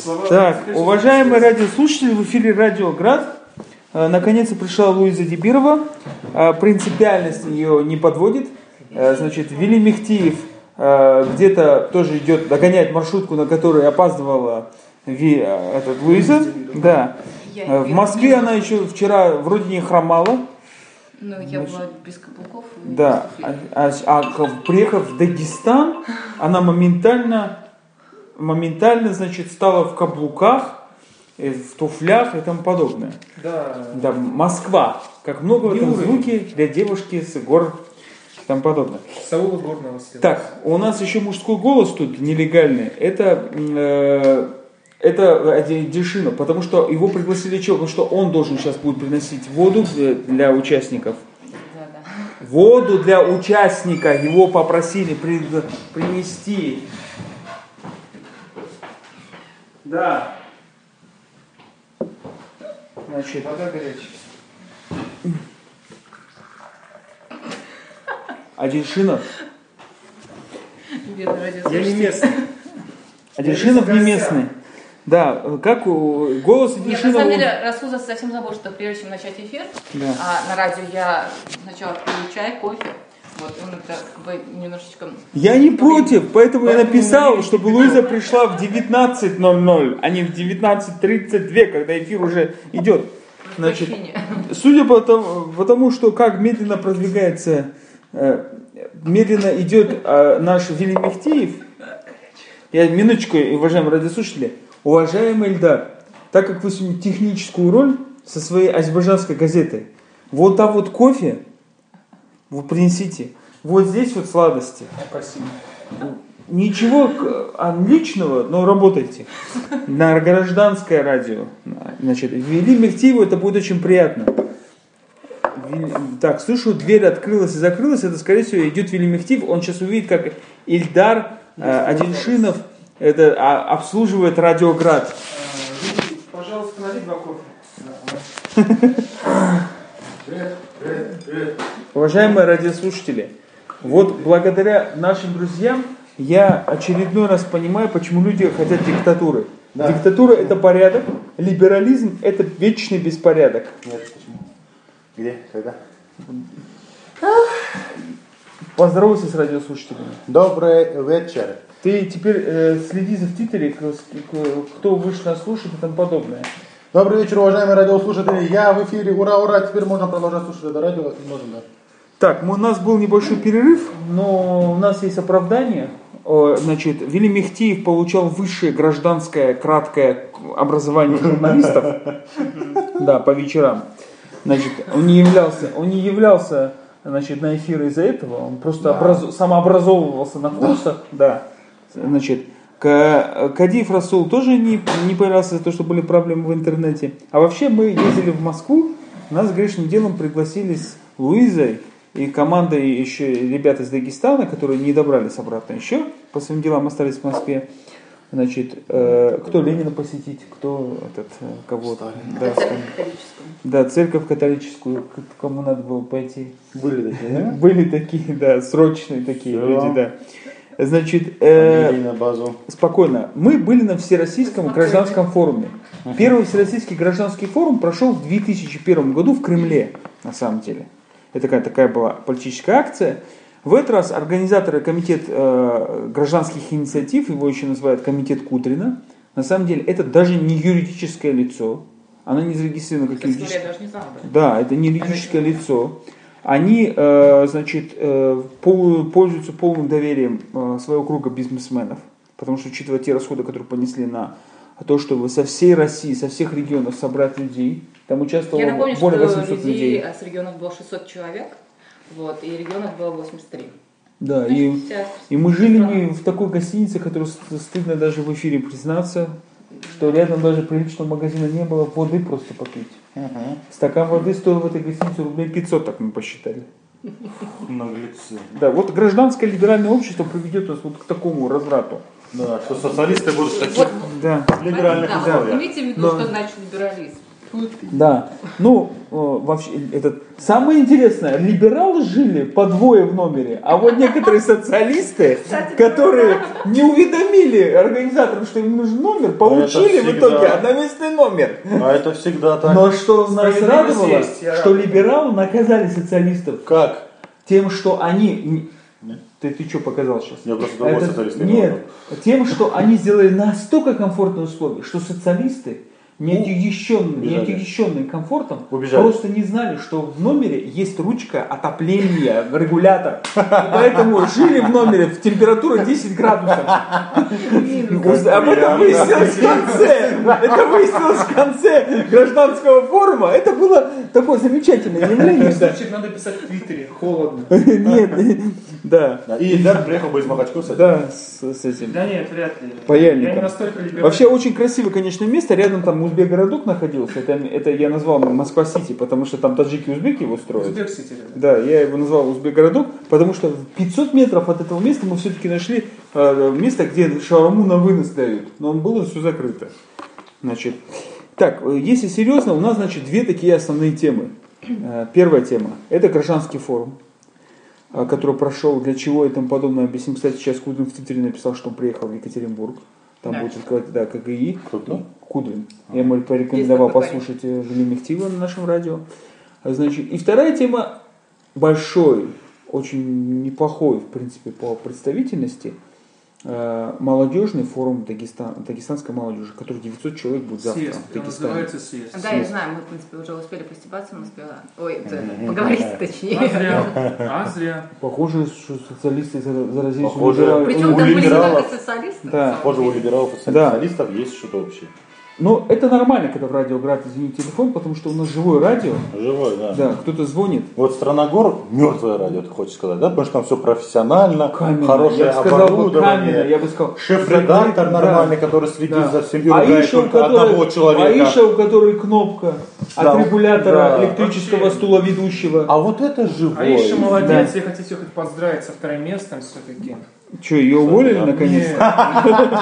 Так, уважаемые радиослушатели, в эфире Радио Град. Наконец-то пришла Луиза Дибирова. Принципиальность ее не подводит. Значит, Вели Мехтиев где-то тоже идет догонять маршрутку, на которой опаздывала Луиза. Да. В Москве она еще вчера вроде не хромала. Ну, я была без каблуков. Да. Приехав в Дагестан, она моментально, значит, стала в каблуках, в туфлях и тому подобное. Да, Москва. Как много в этом звуке для девушки с гор и тому подобное. Саула Горного следа. Так, у нас еще мужской голос тут нелегальный. Это Дельшинов, потому что его пригласили чего? Потому что он должен сейчас будет приносить воду для участников. Воду для участника его попросили принести. Да. Значит, вода горячая. Дельшинов. Я не местный. Дельшинов не местный. Да, как голос Дельшинова... На самом деле, Расул совсем забыл, что прежде чем начать эфир, на радио я сначала пью чай, кофе. Вот, он это как бы немножечко... Я не против, поэтому я написал, чтобы Луиза пришла в 19:00, а не в 19:32, когда эфир уже идет. Значит, судя по тому, что как медленно продвигается, медленно идет наш Вели Мехтиев, я минуточку, уважаемые радиослушатели, уважаемый Эльдар, так как вы сегодня техническую роль со своей азербайджанской газетой, вот там вот кофе, вы принесите, вот здесь вот сладости. Спасибо. Ничего личного, но работайте. На гражданское радио. Значит, Вели Мехтиеву это будет очень приятно. Так, слышу, дверь открылась и закрылась. Это, скорее всего, идет Вели Мехтиев. Он сейчас увидит, как Ильдар Адильшинов обслуживает Радиоград. Пожалуйста, налей 2 кофе. Уважаемые радиослушатели, вот благодаря нашим друзьям я очередной раз понимаю, почему люди хотят диктатуры. Да. Диктатура это порядок, либерализм это вечный беспорядок. Нет, почему? Где? Когда? Поздоровайся с радиослушателями. Добрый вечер. Ты теперь следи в Твиттере, кто вышел нас слушать и тому подобное. Добрый вечер, уважаемые радиослушатели. Я в эфире. Ура, ура. Теперь можно продолжать слушать это радио. Можно, да. Так, у нас был небольшой перерыв, но у нас есть оправдание. Значит, Вели Мехтиев получал высшее гражданское краткое образование журналистов. Да, по вечерам. Значит, он не являлся значит, на эфир из-за этого. Он просто самообразовывался на курсах. Да. Значит, Кадиев Расул тоже не появлялся из-за того, что были проблемы в интернете. А вообще мы ездили в Москву, нас грешным делом пригласили с Луизой и командой еще ребят из Дагестана, которые не добрались обратно еще, по своим делам остались в Москве. Значит, кто Ленина посетить, кто кого-то. Да, церковь католическую. Да, церковь католическую, кому надо было пойти. Были такие, да? Были такие, да, срочные такие люди, да. Значит, спокойно. Мы были на Всероссийском гражданском форуме. Первый Всероссийский гражданский форум прошел в 2001 году в Кремле, на самом деле. Это такая была политическая акция. В этот раз организаторы комитет гражданских инициатив, его еще называют комитет Кудрина, на самом деле это даже не юридическое лицо. Оно не зарегистрировано как юридическое. Да, это не юридическое лицо. Они, значит, пользуются полным доверием своего круга бизнесменов, потому что, учитывая те расходы, которые понесли на то, чтобы со всей России, со всех регионов собрать людей, там участвовало более 800 людей. С регионов было 600 человек, вот, и регионов было 83. Да, и мы жили не в такой гостинице, которую стыдно даже в эфире признаться, что рядом даже приличного магазина не было, воды просто попить. Стакан воды стоил в этой гостинице рублей 500, так мы посчитали. Наглецы. Да, вот гражданское либеральное общество приведет нас вот к такому разврату. Да, что социалисты будут в таких да. либеральных условиях. Имейте в виду, что значит либерализм. Да. Ну, вообще, самое интересное, либералы жили по двое в номере, а вот некоторые социалисты, которые не уведомили организаторам, что им нужен номер, получили в итоге одноместный номер. А это всегда так. Но что нас радовало, что либералы наказали социалистов. Как? Тем, что они... Ты что показал сейчас? Я просто другой социалист. Нет, тем, что они сделали настолько комфортные условия, что социалисты, не отягощенные комфортом, просто не знали, что в номере есть ручка отопления, регулятор. И поэтому жили в номере в температуре 10 градусов. Об этом выяснилось в конце. Это выяснилось в конце гражданского форума. Это было такое замечательное явление. Надо писать в Твиттере. Холодно. Нет, да. И Эльдар приехал бы из Махачкала с этим. Да, с этим. Да нет, вряд ли. Паяльником. Я не настолько либеральный. Вообще очень красивое, конечно, место. Рядом там Узбек-городок находился. Это я назвал Москва-Сити, потому что там таджики и узбеки его строят. Узбек-Сити. Да, я его назвал Узбек-городок, потому что в 500 метров от этого места мы все-таки нашли место, где шаурму на вынос дают. Но было все закрыто. Значит, так, если серьезно, у нас, значит, две такие основные темы. Первая тема – это гражданский форум, который прошел, для чего и тому подобное. Объясним, кстати, сейчас Кудрин в Твиттере написал, что он приехал в Екатеринбург. Там будет открывать, КГИ. Кто? Кудрин. Я ему порекомендовал послушать Жили Мехтиева на нашем радио. Значит, и вторая тема – большой, очень неплохой, в принципе, по представительности, молодежный форум дагестанской молодежи, который 900 человек будет завтра в Дагестане. Называется съезд. Да, я знаю, мы, в принципе, уже успели постебаться, поговорить точнее. А зря. Похоже, что социалисты заразились. Причем там были только социалисты. Да. Похоже, у либералов и социалистов есть что-то общее. Но это нормально, когда в радио играет, извините, телефон, потому что у нас живое радио. Живое, да. Да, кто-то звонит. Вот «Страна гор» мертвое радио, ты хочешь сказать, да? Потому что там все профессионально, каменно. хорошее оборудование. Я бы сказал, шеф-редактор нормальный, который следит за всем и ругает только одного человека. Аиша, у которой кнопка от регулятора электрического стула ведущего. А вот это живое. Аиша молодец, я хочу всех поздравить со вторым местом все-таки. Что, ее уволили наконец-то?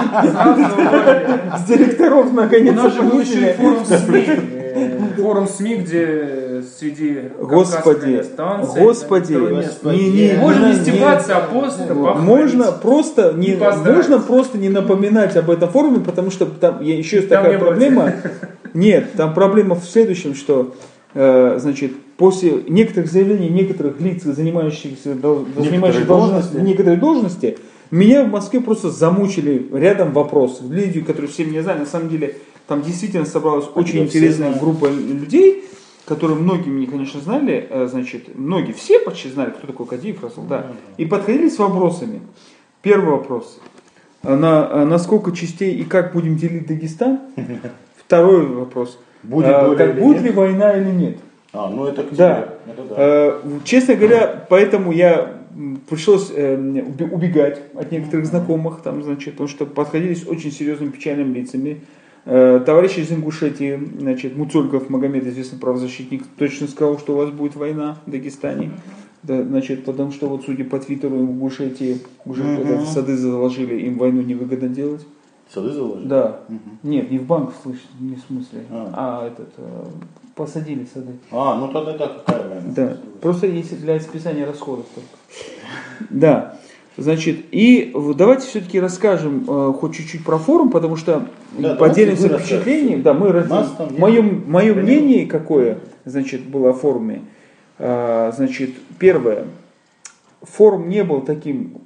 С директоров наконец-то. У нас же был еще и форум СМИ. Форум СМИ, где среди Господи, можно не стебаться, а просто можно просто не напоминать об этом форуме, потому что там еще есть такая проблема. Нет, там проблема в следующем, что значит, после некоторых заявлений некоторых лиц, занимающих некоторые должности, меня в Москве просто замучили рядом вопросов. Люди, которые все меня знали, на самом деле там действительно собралась очень интересная группа людей, которые многие меня, конечно, знали, значит, многие, все почти знали, кто такой Кадиев, Расул, да, и подходили с вопросами. Первый вопрос: на сколько частей и как будем делить Дагестан? Второй вопрос: будет ли война или нет? Это к тебе. Да. Честно говоря, поэтому я пришлось убегать от некоторых знакомых, там, значит, потому что подходили с очень серьезными печальными лицами. Товарищ из Ингушетии, значит, Муцульков Магомед, известный правозащитник, точно сказал, что у вас будет война в Дагестане. Да, значит, потому что вот, судя по Твиттеру, в Ингушетии уже сады заложили, им войну невыгодно делать. Сады заложили? Да. Нет, не в банк, не в смысле, посадили сады. Тогда так, какая война? Да, просто если для списания расходов только. Да, значит, и давайте все-таки расскажем хоть чуть-чуть про форум, потому что поделимся впечатлением. Да, мое мнение какое, значит, было о форуме. Значит, первое, форум не был таким,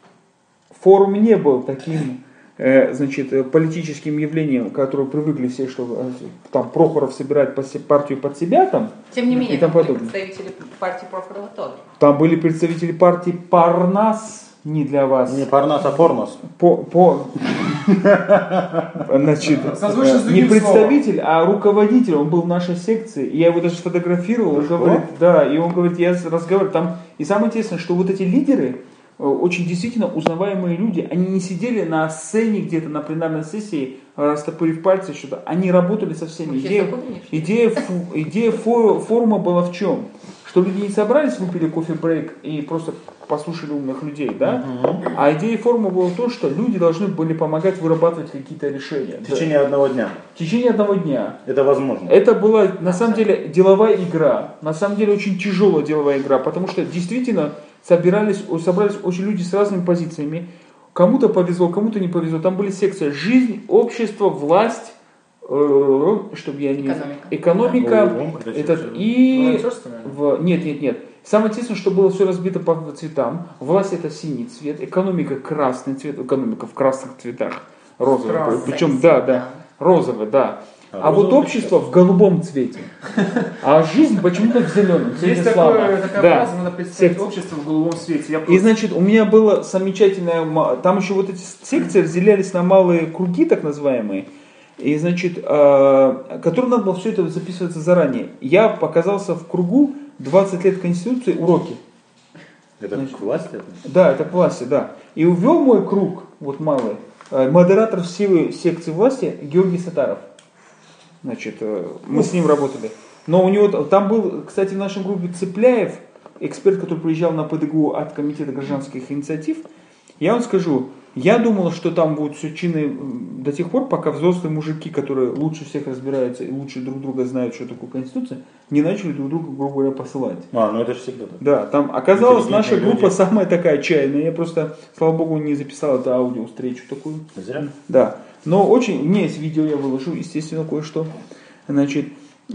значит, политическим явлением, к которому привыкли все, что там Прохоров собирает партию под себя там. Тем не менее, там были представители партии Прохорова тоже. Там были представители партии Парнас, не для вас. Не Парнас, а Порнос. Значит, не представитель, а руководитель, он был в нашей секции, я его даже сфотографировал, он говорит, да, и он говорит, я разговариваю там, и самое интересное, что вот эти лидеры, очень действительно узнаваемые люди, они не сидели на сцене где-то на пленарной сессии, растопырив пальцы, что-то, они работали со всеми. Идея форума была в чем? что люди не собрались, выпили кофе-брейк и просто послушали умных людей, да? А идея форума была в том, что люди должны были помогать вырабатывать какие-то решения. В течение одного дня. В течение одного дня. Это возможно. Это была, на самом деле, деловая игра. На самом деле, очень тяжелая деловая игра, потому что действительно собрались очень люди с разными позициями. Кому-то повезло, кому-то не повезло. Там были секции «Жизнь», «Общество», «Власть», чтобы я не... Экономика. Нет. Самое интересное, что было все разбито по цветам. Власть — это синий цвет, экономика — красный цвет, экономика в красных цветах, розовый. Причем, розовый, да. А вот общество в голубом цвете, а жизнь почему-то в зеленом цвете. Есть такая фраза, надо представить общество в голубом цвете. И значит, у меня было замечательное, там еще вот эти секции разделялись на малые круги, так называемые, и значит, которым надо было все это записываться заранее. Я оказался в кругу 20 лет Конституции, уроки. Это к власти? Да, это к власти, да. И увел мой круг, вот малый, модератор всей секции власти Георгий Сатаров. Значит, мы с ним работали. Но у него там был, кстати, в нашей группе Цепляев, эксперт, который приезжал на ПДГУ от Комитета гражданских инициатив. Я вам скажу, я думал, что там будут все чины до тех пор, пока взрослые мужики, которые лучше всех разбираются и лучше друг друга знают, что такое Конституция, не начали друг друга, грубо говоря, посылать. Ну это же всегда так. Да, там оказалось, наша группа самая такая отчаянная. Я просто, слава богу, не записал эту аудио-встречу такую. Зря. Да. Но у меня есть видео, я выложу, естественно, кое-что. Значит, и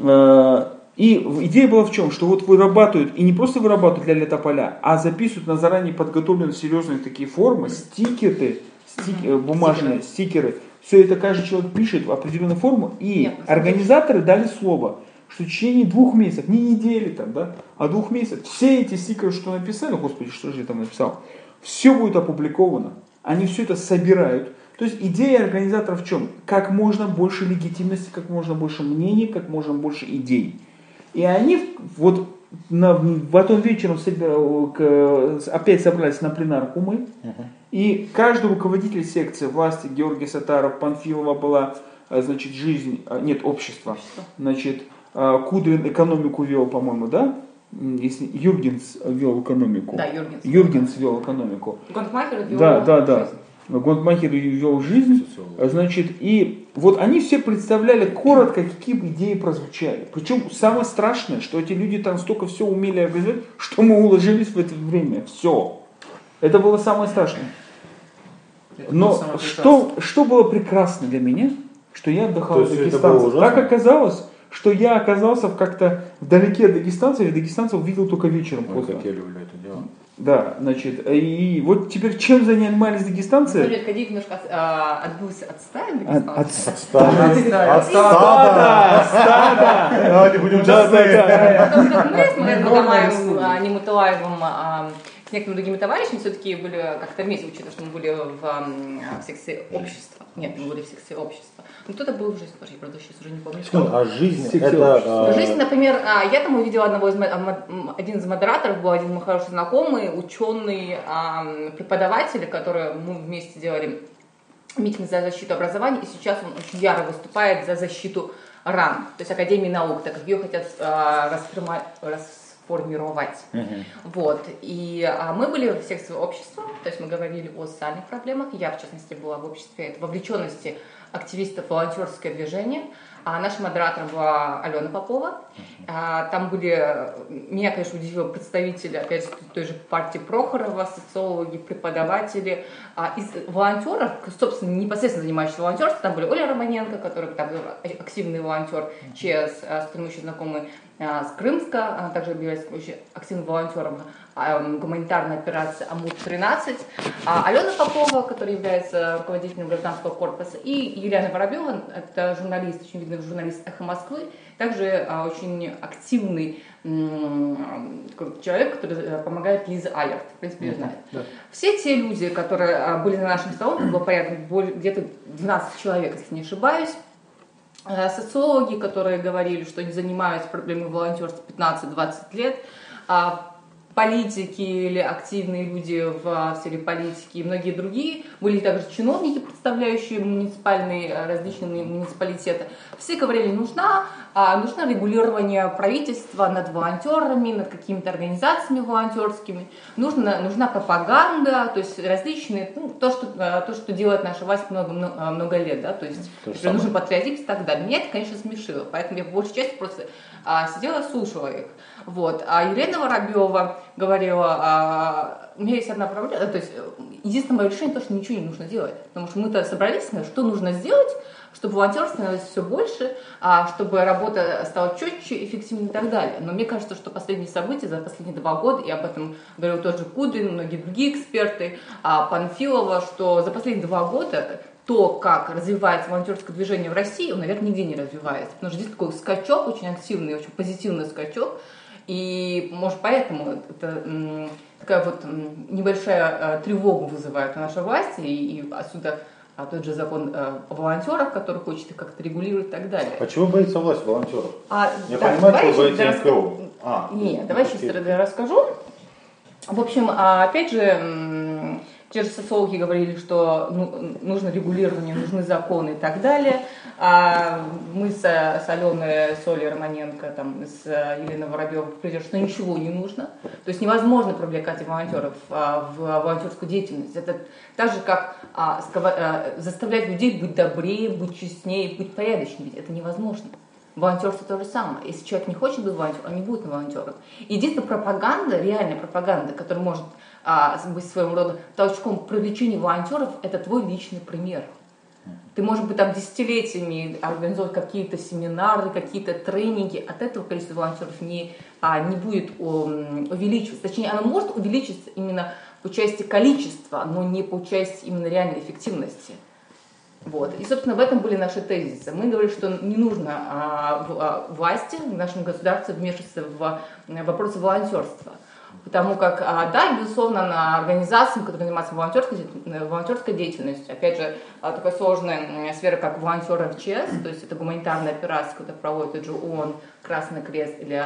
идея была в чем? Что вот вырабатывают, и не просто вырабатывают для летополя, а записывают на заранее подготовленные серьезные такие формы, стикеры, бумажные стикеры. Все это каждый человек пишет в определенную форму, и организаторы дали слово, что в течение 2 месяцев, не недели там, да, а 2 месяцев, все эти стикеры, что написали, господи, что же я там написал, все будет опубликовано. Они все это собирают. То есть идея организаторов в чем? Как можно больше легитимности, как можно больше мнений, как можно больше идей. И они вот потом вечером опять собрались на пленарку мы. И каждый руководитель секции власти, Георгий Сатаров, Панфилова была, значит, общество. Значит, Кудрин экономику вел, по-моему, да? Если Юргенс вел экономику. Да, Юргенс вел экономику. Гонтмахер вел Да. Гонтмахер вел жизнь, значит, и вот они все представляли коротко, какие бы идеи прозвучали. Причем самое страшное, что эти люди там столько все умели организовать, что мы уложились в это время. Все. Это было самое страшное. Но что было прекрасно для меня, что я отдыхал от дагестанцев. Как оказалось, что я оказался как-то вдалеке от дагестанцев, и дагестанцев видел только вечером. Как я люблю это дело. Да, значит, и вот теперь чем занимались дагестанцы? Смотри, Кадик немножко отбылся от стаи дагестанцев. От стада! Давайте будем честны. Потому что мы с моим Магомаевым Немуталаевым, с некоторыми другими товарищами все-таки были как-то вместе, учитывая, что мы были в секции общества. Нет, мы были в секции общества. Но кто-то был в жизни тоже, я, правда, сейчас уже не помню. А жизнь это... Жизнь, например, я там увидела один из модераторов, был один мой хороший знакомый, ученый, преподаватель, который мы вместе делали митинг за защиту образования, и сейчас он очень яро выступает за защиту РАН, то есть Академии наук, так как ее хотят расформировать. Вот. И мы были в секции общества, то есть мы говорили о социальных проблемах. Я, в частности, была в обществе вовлеченности активистов волонтерское движение. А нашим модератором была Алена Попова. Там были, меня, конечно, удивило, представители, опять же, той же партии Прохорова, социологи, преподаватели. Из волонтеров, собственно, непосредственно занимающихся волонтерством, там были Оля Романенко, который там активный волонтер ЧС, с которым мы еще знакомы, с Крымска, она также является очень активным волонтером гуманитарной операции АМУР-13, Алена Попова, которая является руководителем гражданского корпуса, и Елена Воробьева, это журналист, очень видный журналист «Эхо Москвы», также очень активный человек, который помогает Лизе Алерт, в принципе, ее знает. Все те люди, которые были на нашем столе, было порядка где-то 12 человек, если не ошибаюсь, социологи, которые говорили, что они занимаются проблемой волонтерства 15-20 лет, политики или активные люди в сфере политики и многие другие, были также чиновники, представляющие различные муниципалитеты. Все говорили, нужно регулирование правительства над волонтерами, над какими-то организациями волонтерскими, нужна пропаганда, то есть различные, то, что делает наша власть много лет, да, то есть нужен патриотизм и так далее. Меня это, конечно, смешило, поэтому я в большей части просто сидела и слушала их. Вот. А Елена Воробьева говорила, у меня есть одна проблема, то есть единственное мое решение то, что ничего не нужно делать, потому что мы-то собрались, что нужно сделать, чтобы волонтеров становилось все больше, чтобы работа стала четче, эффективнее и так далее. Но мне кажется, что последние события за последние 2 года, и об этом говорил тот же Кудрин, многие другие эксперты, Панфилова, что за последние 2 года то, как развивается волонтерское движение в России, он, наверное, нигде не развивается. Потому что здесь такой скачок, очень активный, очень позитивный скачок. И, может, поэтому это такая вот небольшая тревога вызывает у нашей власти, и отсюда тот же закон о волонтерах, который хочет их как-то регулировать и так далее. А чего боится власть волонтеров? Я понимаю, что боится НКО. Нет, давай сейчас расскажу. В общем, опять же, те же социологи говорили, что нужно регулирование, нужны законы и так далее. Мы с Аленой Солей Романенко, с Еленой Воробьевой говорили, что ничего не нужно. То есть невозможно привлекать волонтеров в волонтерскую деятельность. Это так же, как заставлять людей быть добрее, быть честнее, быть порядочнее. Это невозможно. Волонтерство то же самое. Если человек не хочет быть волонтером, он не будет волонтером. Единственная пропаганда, реальная пропаганда, которая может быть своего рода толчком к привлечению волонтеров, это твой личный пример. Ты, может быть, десятилетиями организовать какие-то семинары, какие-то тренинги. От этого количество волонтеров не будет увеличиваться. Точнее, оно может увеличиться именно по части количества, но не по части именно реальной эффективности. Вот. И, собственно, в этом были наши тезисы. Мы говорили, что не нужно власти в нашем государстве вмешиваться в вопросы волонтерства. Потому как, да, безусловно, на организациям, которые занимаются волонтерской деятельностью, опять же, такая сложная сфера, как волонтеры в ЧС, то есть это гуманитарная операция, которую проводит тот же ООН, Красный Крест или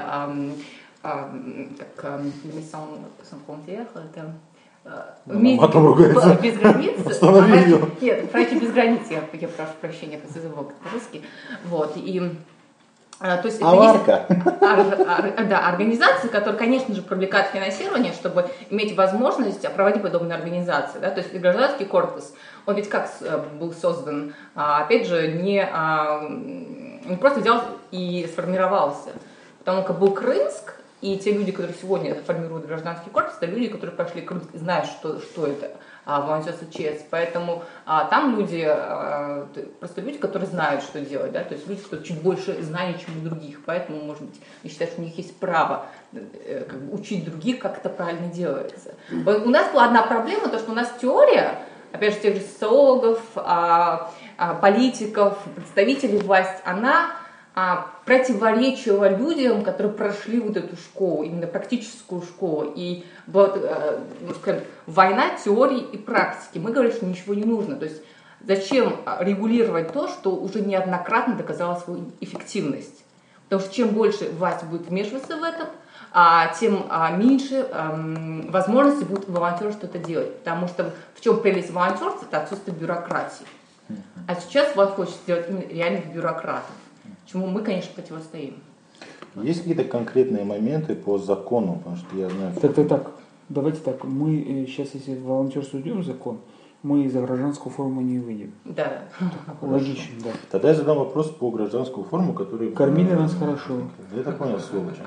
без границ. Нет, врачи без границ, я прошу прощения, это забыла по-русски. Вот, и... То есть это есть организации, которые, конечно же, привлекают финансирование, чтобы иметь возможность проводить подобные организации. Да? То есть гражданский корпус, он ведь как был создан, опять же, не просто взял и сформировался. Потому как был Крымск, и те люди, которые сегодня формируют гражданский корпус, это люди, которые прошли Крымск и знают, что это волонтерство ЧС. Поэтому там люди, просто люди, которые знают, что делать, да, то есть люди, которые чуть больше знаний, чем у других. Поэтому, может быть, я считаю, что у них есть право учить других, как это правильно делается. У нас была одна проблема, то, что у нас теория, опять же, тех же социологов, политиков, представителей власти, она противоречила людям, которые прошли вот эту школу, именно практическую школу. И была, скажем, война теории и практики. Мы говорим, что ничего не нужно. То есть зачем регулировать то, что уже неоднократно доказало свою эффективность? Потому что чем больше власть будет вмешиваться в этом, тем меньше возможности будет у волонтеров что-то делать. Потому что в чем прелесть волонтерства? Это отсутствие бюрократии. А сейчас власть хочет сделать именно реальных бюрократов. Чему мы, конечно, противостоим. Есть какие-то конкретные моменты по закону? Потому что я знаю... Так. Давайте так. Мы сейчас, если в волонтерство идем закон, мы из-за гражданского форума не выйдем. Да. Логично, да. Тогда я задам вопрос по гражданскому форуму, который... Кормили нас хорошо. Я так понял, сволочи.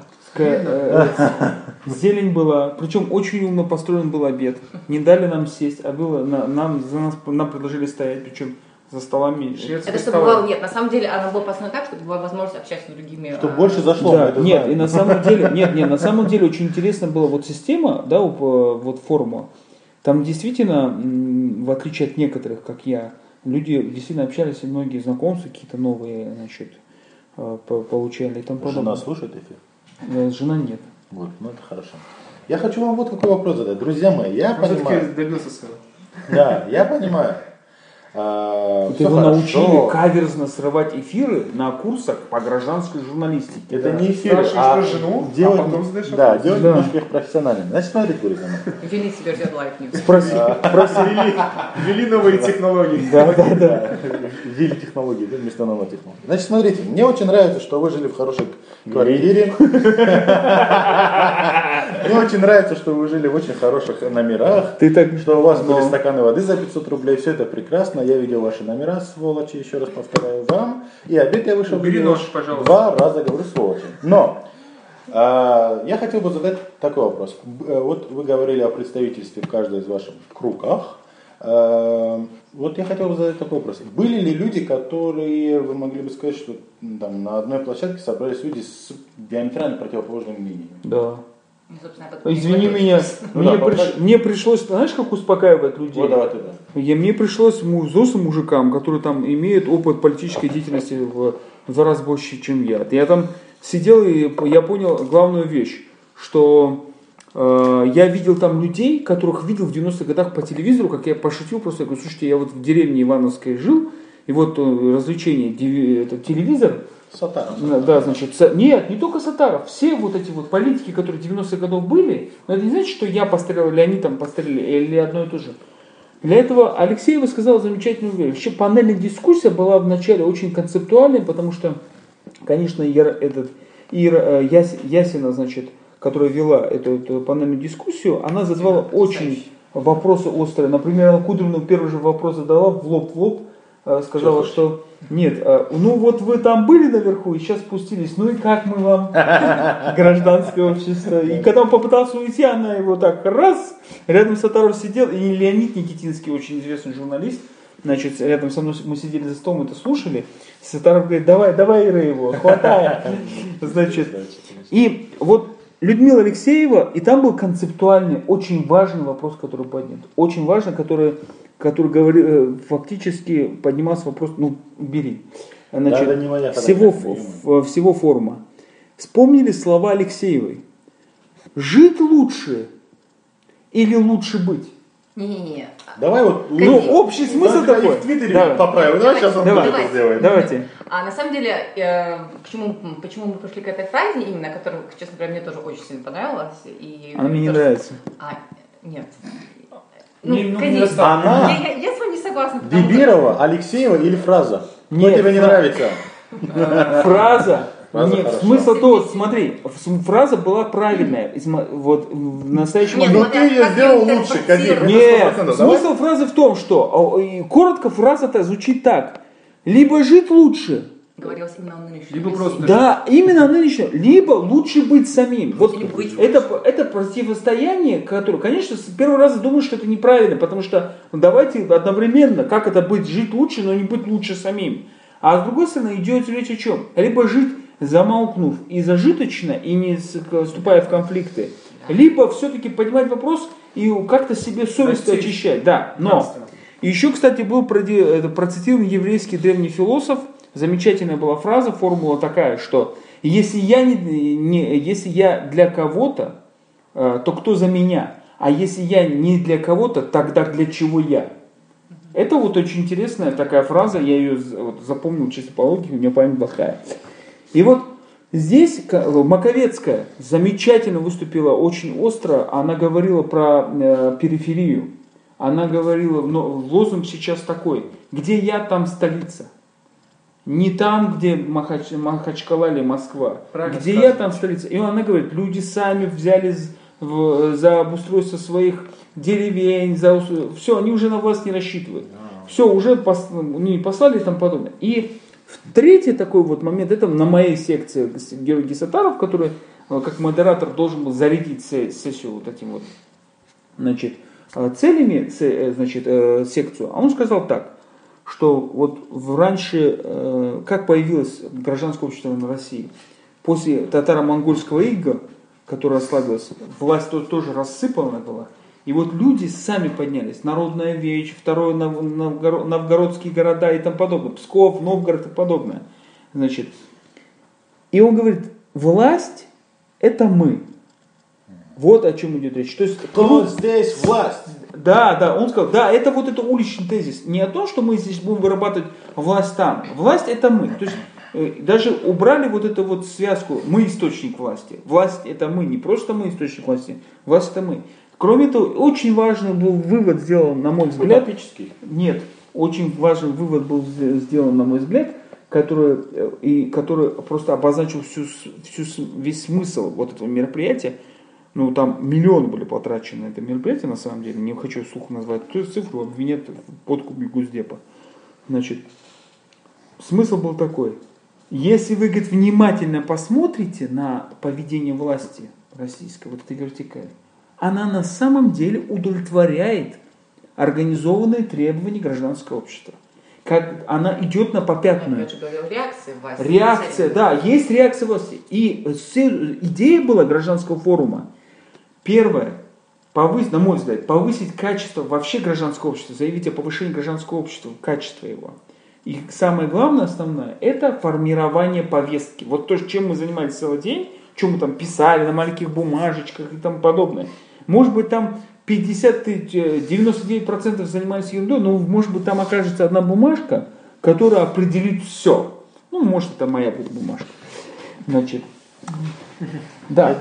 Зелень была, причем очень умно построен был обед. Не дали нам сесть, а было нам предложили стоять, причем за столами. Это чтобы было, нет, на самом деле она была построена так, чтобы была возможность общаться с другими. Чтобы больше зашло. Да, нет, и на самом деле, на самом деле очень интересно была вот система, да, вот форума. Там действительно, в отличие от некоторых, как я, люди действительно общались, и многие знакомства какие-то новые, значит, получали. И там жена слушает эфир? Жена нет. Вот, это хорошо. Я хочу вам вот какой вопрос задать. Друзья мои, я понимаю... Все-таки добился своего. Да, я понимаю. Ты его научили каверзно срывать эфиры на курсах по гражданской журналистике. Это не эфиры, а жену, делать, а потом задаешь да, делать немножко их профессиональными. Значит, смотрите, Борис Иванович. Вели себя ждет лайк. Ввели новые технологии. Да. Ввели технологии, да, вместо нанотехнологий. Значит, смотрите, мне очень нравится, что вы жили в хорошей квартире. Мне очень нравится, что вы жили в очень хороших номерах. Что у вас были стаканы воды за 500 рублей. Все это прекрасно. Я видел ваши номера, сволочи, еще раз повторяю вам. И обед я вышел. Убери нож, пожалуйста. 2 раза говорю сволочи. Но я хотел бы задать такой вопрос. Вот вы говорили о представительстве в каждой из ваших кругах. Вот я хотел бы задать такой вопрос. Были ли люди, которые, вы могли бы сказать, что там, на одной площадке собрались люди с диаметрально противоположными мнениями? Да. Извини меня, мне пришлось, знаешь, как успокаивать людей? Вот, давай. Мне пришлось взрослым мужикам, которые там имеют опыт политической деятельности в 2 раза больше, чем я. Я там сидел и я понял главную вещь, что я видел там людей, которых видел в 90-х годах по телевизору, как я пошутил, просто я говорю, слушайте, я вот в деревне Ивановской жил, и вот развлечение, это телевизор. Сатаров. Да, значит, нет, не только Сатаров, все вот эти вот политики, которые в 90-х годах были, но это не значит, что я пострелял, или они там постреляли, или одно и то же. Для этого Алексеева сказала замечательную вещь. Вообще панельная дискуссия была вначале очень концептуальной, потому что, конечно, Ясина, значит, которая вела эту панельную дискуссию, она задавала очень вопросы острые. Например, она Кудринову первый же вопрос задала в лоб, сказала, что нет, ну вот вы там были наверху и сейчас спустились, ну и как мы вам, гражданское общество. И когда он попытался уйти, она его так раз, рядом с Сатаров сидел, и Леонид Никитинский, очень известный журналист, значит, рядом со мной мы сидели за столом, это слушали, Сатаров говорит, давай, Ира его, хватай. Значит, и вот Людмила Алексеева, и там был концептуальный, очень важный вопрос, который поднят. Очень важный, который фактически поднимался вопрос, бери. Значит, всего форума. Вспомнили слова Алексеевой. Жить лучше или лучше быть? Не. Давай вот. Общий смысл такой. В Твиттере поправим. Давай сейчас он это сделает. Давайте. А на самом деле, почему мы пришли к этой фразе, именно, которая, честно говоря, мне тоже очень сильно понравилась. Она мне не нравится. Нет. Конечно. Она, я с вами не согласна. Бибирова, Алексеева или фраза? Нет, тебе не нравится? Фраза. Нет, смысл тот, смотри, фраза была правильная. Вот в настоящем момент. Но ты ее сделал лучше, Кадир. Нет, смысл фразы в том, что коротко фраза-то звучит так. Либо жить лучше. Говорилось именно о нынешнем. Либо просто да, именно о нынешнем. Либо лучше быть самим. Вот это противостояние, которое, конечно, с первого раза думаешь, что это неправильно, потому что давайте одновременно, как это быть, жить лучше, но не быть лучше самим. А с другой стороны идет речь о чем? Либо жить замолкнув и зажиточно, и не вступая в конфликты, либо все-таки поднимать вопрос и как-то себе совесть очищать. Да, но еще, кстати, был процитирован еврейский древний философ. Замечательная была фраза, формула такая, что если я для кого-то, то кто за меня? А если я не для кого-то, тогда для чего я? Это вот очень интересная такая фраза, я ее запомнил чисто по логике, у меня память плохая. И вот здесь Маковецкая замечательно выступила, очень остро, она говорила про периферию. Она говорила, лозунг сейчас такой, где я, там столица. Не там, где Махачкала или Москва. Правильно где сказано. Я, там столица. И она говорит, люди сами взялись за обустройство своих деревень, все, они уже на вас не рассчитывают. Все, уже не послали и тому подобное. И третий такой вот момент, это на моей секции Георгий Сатаров, который как модератор должен был зарядить сессию вот этим вот, значит, целями, значит, секцию. А он сказал так, что вот раньше, как появилось гражданское общество на России, после татаро-монгольского ига, которое ослабилось, власть тоже рассыпана была, и вот люди сами поднялись, Народная Вечь, второе новгородские города и тому подобное, Псков, Новгород и подобное. Значит, и он говорит, власть это мы. Вот о чем идет речь. То есть, кто здесь власть? Да, он сказал, да, это вот это уличный тезис. Не о том, что мы здесь будем вырабатывать власть там. Власть это мы. То есть даже убрали вот эту вот связку, мы источник власти. Власть это мы, не просто мы источник власти, власть это мы. Кроме того, очень важный был вывод сделан, на мой взгляд. Нет, очень важный вывод был сделан, на мой взгляд, который просто обозначил весь смысл вот этого мероприятия. Ну, там миллионы были потрачены на это мероприятие, на самом деле. Не хочу вслух назвать ту цифру, обвинят в подкупе Госдепа. Значит, смысл был такой. Если вы, говорит, внимательно посмотрите на поведение власти российской, вот этой вертикали, она на самом деле удовлетворяет организованные требования гражданского общества. Как она идет на попятную. Реакция власти. Реакция, да, есть реакция власти. И идея была гражданского форума. Первое, на мой взгляд, повысить качество вообще гражданского общества, заявить о повышении гражданского общества, качества его. И самое главное, основное, это формирование повестки. Вот то, чем мы занимались целый день, что мы там писали на маленьких бумажечках и тому подобное. Может быть, там 99% занимались ерундой, но может быть, там окажется одна бумажка, которая определит все. Ну, может, это моя будет бумажка. Значит, да.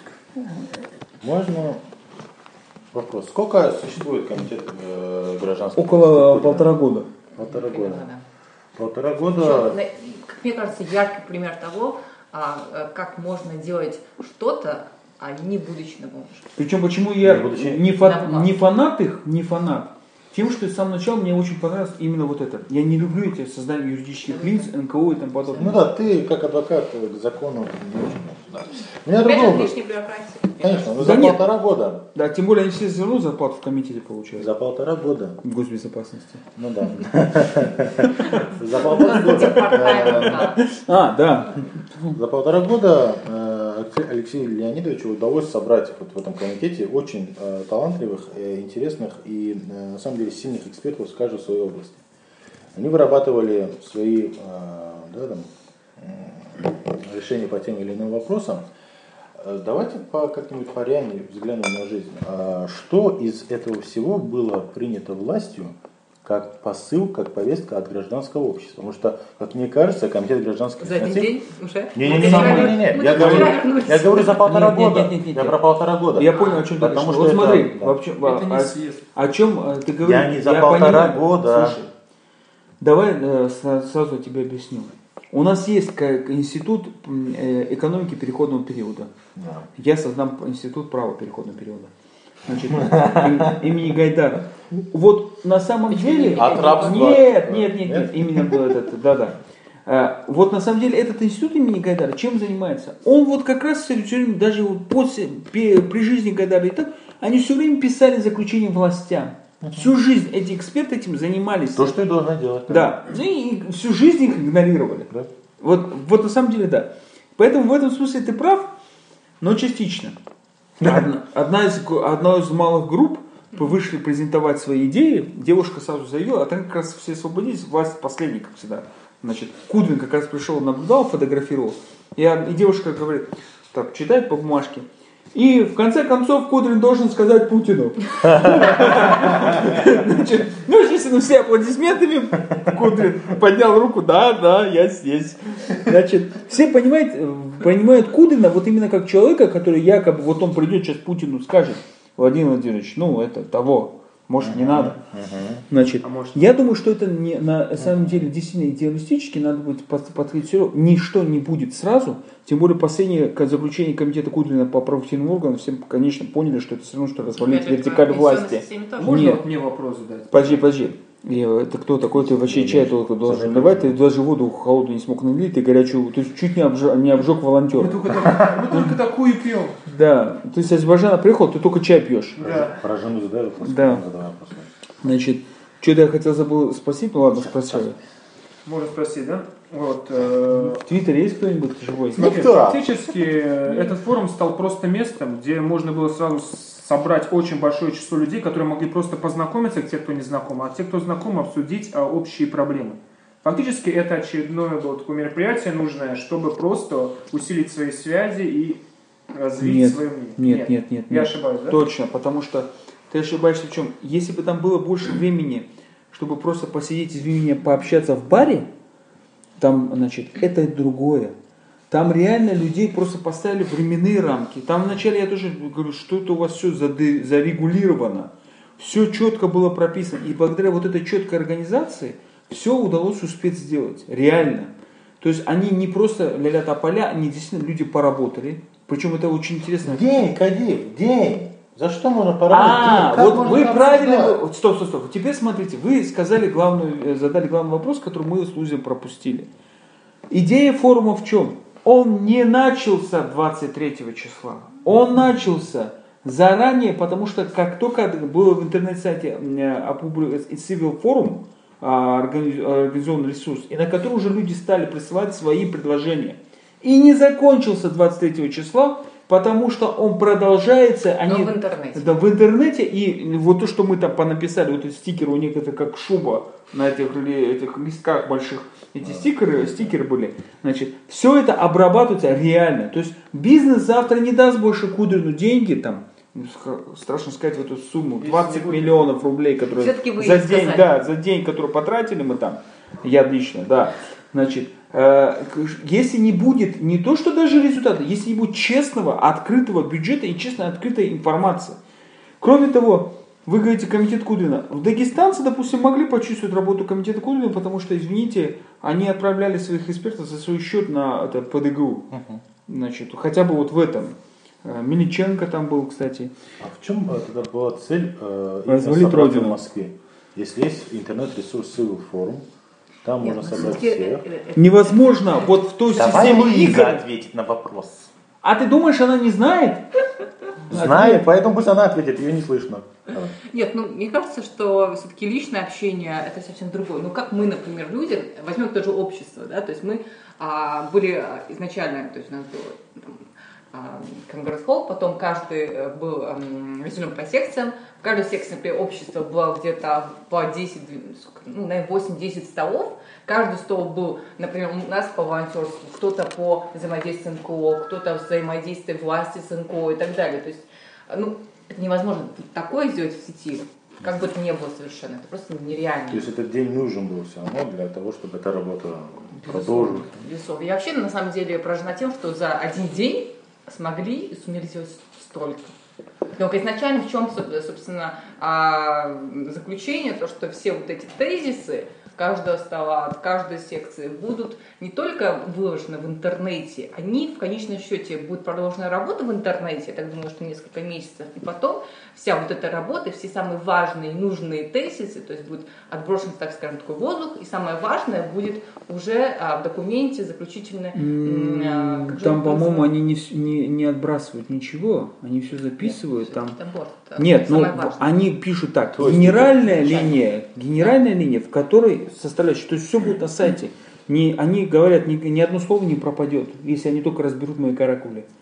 Можно вопрос? Сколько существует комитет гражданского? Около 1,5 года. 1,5 года. Да. 1,5 года. Как мне кажется, яркий пример того, как можно делать что-то, не будучи на бумажке. Причем почему я не фанат, тем, что с самого начала мне очень понравилось именно вот это. Я не люблю эти создания юридических лиц, НКО и тому подобное. Ну да, ты как адвокат к закону не очень можешь. Да. У меня другой вопрос. Конечно, но за 1,5 года. Да, тем более они все равно зарплату в комитете получают. За 1,5 года. Госбезопасности. Ну да. За 1,5 года. Да. За 1,5 года Алексею Леонидовичу удалось собрать вот в этом комитете очень талантливых, интересных и на самом деле сильных экспертов с каждой своей области. Они вырабатывали свои решения по тем или иным вопросам. Давайте как-нибудь по реальной взглянем на жизнь. Что из этого всего было принято властью как посыл, как повестка от гражданского общества? Потому что, как мне кажется, комитет гражданских... За один день уже? Не. Я говорю за 1,5 года. Я про 1,5 года. Я понял, о чем ты говоришь. Вот смотри, о чем ты говоришь. Я не за 1,5 года. Слушай, давай сразу тебе объясню. У нас есть институт экономики переходного периода. Да. Я создам институт права переходного периода. Значит, имени Гайдара. Вот на самом деле... От рабства? Нет, именно было это, да. Вот на самом деле этот институт имени Гайдара чем занимается? Он вот как раз все время, даже вот при жизни Гайдара и так, они все время писали заключение властям. Всю жизнь эти эксперты этим занимались. То, что и должны делать. Да. И всю жизнь их игнорировали. Да. Вот на самом деле да. Поэтому в этом смысле ты прав, но частично. Одна из малых групп вышли презентовать свои идеи, девушка сразу заявила, а там как раз все освободились, власть последняя, как всегда. Значит, Кудрин как раз пришел, наблюдал, фотографировал, и девушка говорит, так, читает по бумажке, и в конце концов Кудрин должен сказать Путину. Значит, естественно, все аплодисментами, Кудрин поднял руку, да, я здесь. Значит, все понимают Кудрина вот именно как человека, который якобы, вот он придет сейчас Путину скажет, Владимир Владимирович, это того, может не надо. Значит, я думаю, что это на самом деле действительно идеалистически надо будет подходить все равно. Ничто не будет сразу, тем более последнее заключение комитета Кудрина по правоохранительным органам все, конечно, поняли, что это все равно, что развалить вертикаль власти. Можно мне вопрос задать? Подожди. Это кто такой, ты вообще чай только должен наливать, ты даже воду холодную не смог налить, ты горячую, ты чуть не обжег волонтера. Мы только такую пьем. Да, то есть Азербайджана приехал, ты только чай пьешь. Да. Про жену задай вопрос. Да. Значит, что-то я забыл спросить, ну ладно, спросил. Можно спросить, да? Вот, в Твиттере есть кто-нибудь живой? Смотри, фактически этот форум стал просто местом, где можно было сразу собрать очень большое число людей, которые могли просто познакомиться, те, кто не знаком, а те, кто знаком, обсудить общие проблемы. Фактически это очередное было такое мероприятие нужное, чтобы просто усилить свои связи и развить свое мнение. Нет. Я ошибаюсь, да? Точно, потому что ты ошибаешься в чем? Если бы там было больше времени, чтобы просто посидеть, извини меня, пообщаться в баре, там, значит, это другое. Там реально людей просто поставили временные рамки. Там вначале я тоже говорю, что это у вас все зарегулировано. Все четко было прописано. И благодаря вот этой четкой организации все удалось успеть сделать. Реально. То есть они не просто ля-ля тополя, они действительно люди поработали. Причем это очень интересно. День, Кадир, день. За что можно поработать? Вот вы правильно... Стоп. Теперь смотрите, вы задали главный вопрос, который мы с Лузем пропустили. Идея форума в чем? Он не начался 23 числа. Он начался заранее, потому что как только было в интернет-сайте Civil Forum, организованный ресурс, и на который уже люди стали присылать свои предложения. И не закончился 23 числа, потому что он продолжается. Но в интернете. Да, в интернете. И вот то, что мы там понаписали, вот эти стикеры, у них это как шуба на этих листках больших. Эти стикеры были. Значит, все это обрабатывается реально. То есть бизнес завтра не даст больше Кудрину деньги, там, страшно сказать, в эту сумму, 20 миллионов рублей, которые за день, который потратили мы там, я лично, да. Значит, если не будет не то, что даже результата, если не будет честного, открытого бюджета и честно открытой информации. Кроме того, вы говорите комитет Кудрина. Дагестанцы, допустим, могли почувствовать работу комитета Кудрина, потому что, извините, они отправляли своих экспертов за свой счет на ПДГУ. Значит, хотя бы вот в этом. Миличенко там был, кстати. А в чем тогда была цель развалить родину в Москве? Если есть интернет-ресурс Civil Forum, там можно собрать всех. Невозможно вот в той системе игр ответить на вопрос. А ты думаешь, она не знает? Знает, поэтому пусть она ответит, ее не слышно. Нет, мне кажется, что все-таки личное общение это совсем другое. Ну, как мы, например, люди, возьмем тоже общество, да, то есть мы были изначально, то есть у нас было Конгресс-холл, потом каждый был разделен по секциям. В каждой секции, например, общество было где-то по 10, наверное, 8-10 столов. Каждый стол был, например, у нас по волонтерству, кто-то по взаимодействию с НКО, кто-то взаимодействие власти с НКО и так далее. То есть, это невозможно такое сделать в сети, как бы это ни было совершенно. Это просто нереально. То есть этот день нужен был все равно для того, чтобы эта работа продолжилась. Безусловно. Я вообще, на самом деле, поражена тем, что за один день смогли и сумели сделать столько. Но изначально в чем, собственно, заключение, то, что все вот эти тезисы каждого стола, от каждой секции будут не только выложены в интернете, они в конечном счете будет продолжена работа в интернете, я так думаю, что несколько месяцев, и потом вся вот эта работа, все самые важные и нужные тезисы, то есть будет отброшен, так скажем, такой воздух, и самое важное будет уже в документе заключительное. Там, по-моему, они не отбрасывают ничего, они все записывают. Там... Нет, они пишут так, генеральная линия, в которой составляющая, то есть все будет на сайте. Они говорят, ни одно слово не пропадет, если они только разберут мои каракули. Нет,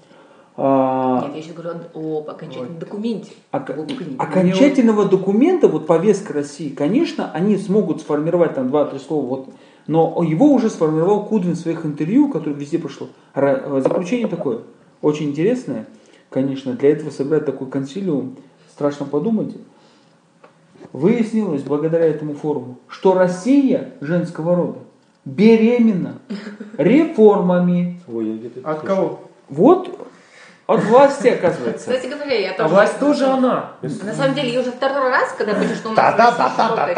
я сейчас говорю об окончательном документе. Окончательного документа, вот повестка России, конечно, они смогут сформировать там 2-3 слова, вот, но его уже сформировал Кудрин в своих интервью, которое везде прошло. Заключение такое, очень интересное, конечно, для этого собрать такой консилиум, страшно подумать. Выяснилось благодаря этому форуму, что Россия женского рода беременна реформами. От кого? Вот от власти, оказывается. Кстати говоря, я тоже... А власть тоже она. На самом деле, я уже второй раз, когда пишешь, что у нас что-то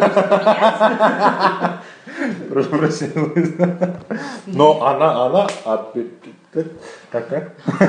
реально может поменяться. Но она... Так.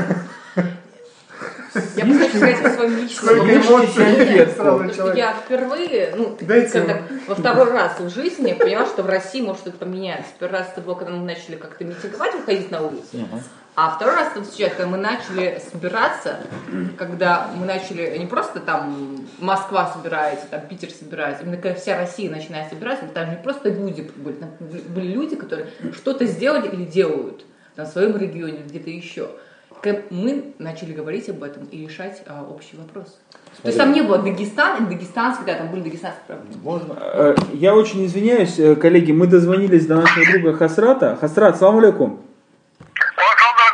Я бы хочу сказать о своем личном мнении. Я впервые, когда во второй раз в жизни поняла, что в России может что-то поменяться. Первый раз это было, когда мы начали как-то митинговать, выходить на улицу. А второй раз это сейчас, когда мы начали собираться, когда мы начали не просто там Москва собирается, там Питер собирается, именно когда вся Россия начинает собираться, там не просто люди были, там были люди, которые что-то сделали или делают на своем регионе, где-то еще. Мы начали говорить об этом и решать общий вопрос. Смотри. То есть там не было Дагестан, дагестанский, да, там были дагестанские проблемы. Можно? Я очень извиняюсь, коллеги, мы дозвонились до нашего друга Хасрата. Хасрат, салам алейкум.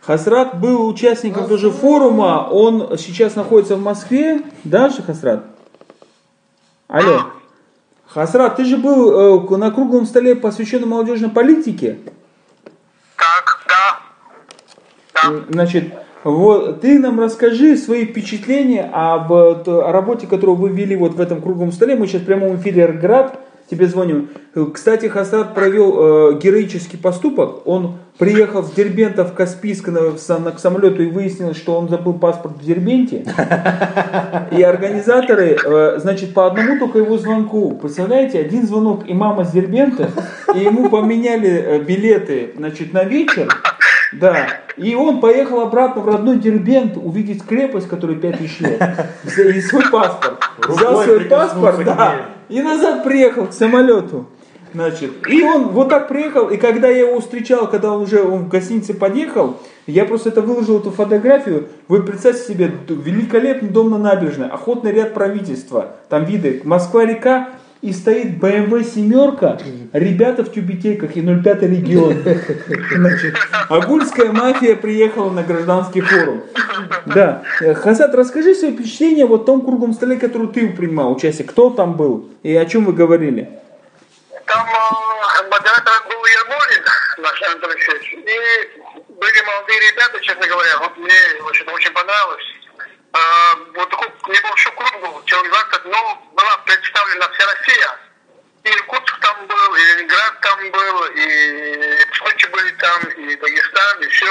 Хасрат был участником тоже форума, он сейчас находится в Москве, да, Хасрат? Алло. Хасрат, ты же был на круглом столе, посвященном молодежной политике? Так, да. Значит, вот, ты нам расскажи свои впечатления о работе, которую вы вели вот в этом круглом столе. Мы сейчас в прямом эфире Эрград, тебе звоним. Кстати, Хасрат провел героический поступок. Он приехал с Дербента в Каспийск к самолету и выяснилось, что он забыл паспорт в Дербенте. И организаторы, значит, по одному только его звонку, представляете, один звонок имама с Дербента, и ему поменяли билеты, значит, на вечер. Да, и он поехал обратно в родной Дербент увидеть крепость, которая 5000 лет, и свой паспорт. Взял свой паспорт, да, и назад приехал к самолету. Значит, и он вот так приехал, и когда я его встречал, когда он уже в гостинице подъехал, я просто это выложил, эту фотографию. Вы представьте себе, великолепный дом на набережной, охотный ряд правительства, там виды, Москва-река, и стоит BMW семерка, ребята в тюбетейках и 05 регион. Значит, агульская мафия приехала на гражданский форум. Да. Хасрат, расскажи свои впечатления вот о том круглом столе, который ты принимал участие. Кто там был и о чем вы говорили? Там модератор был Ермолин, наш Анатолий Алексеевич, и были молодые ребята, честно говоря, вот мне очень понравилось. Вот такой небольшой круг был, человек 20, но была представлена вся Россия. И Иркутск там был, и Ленинград там был, и Сочи были там, и Дагестан, и все.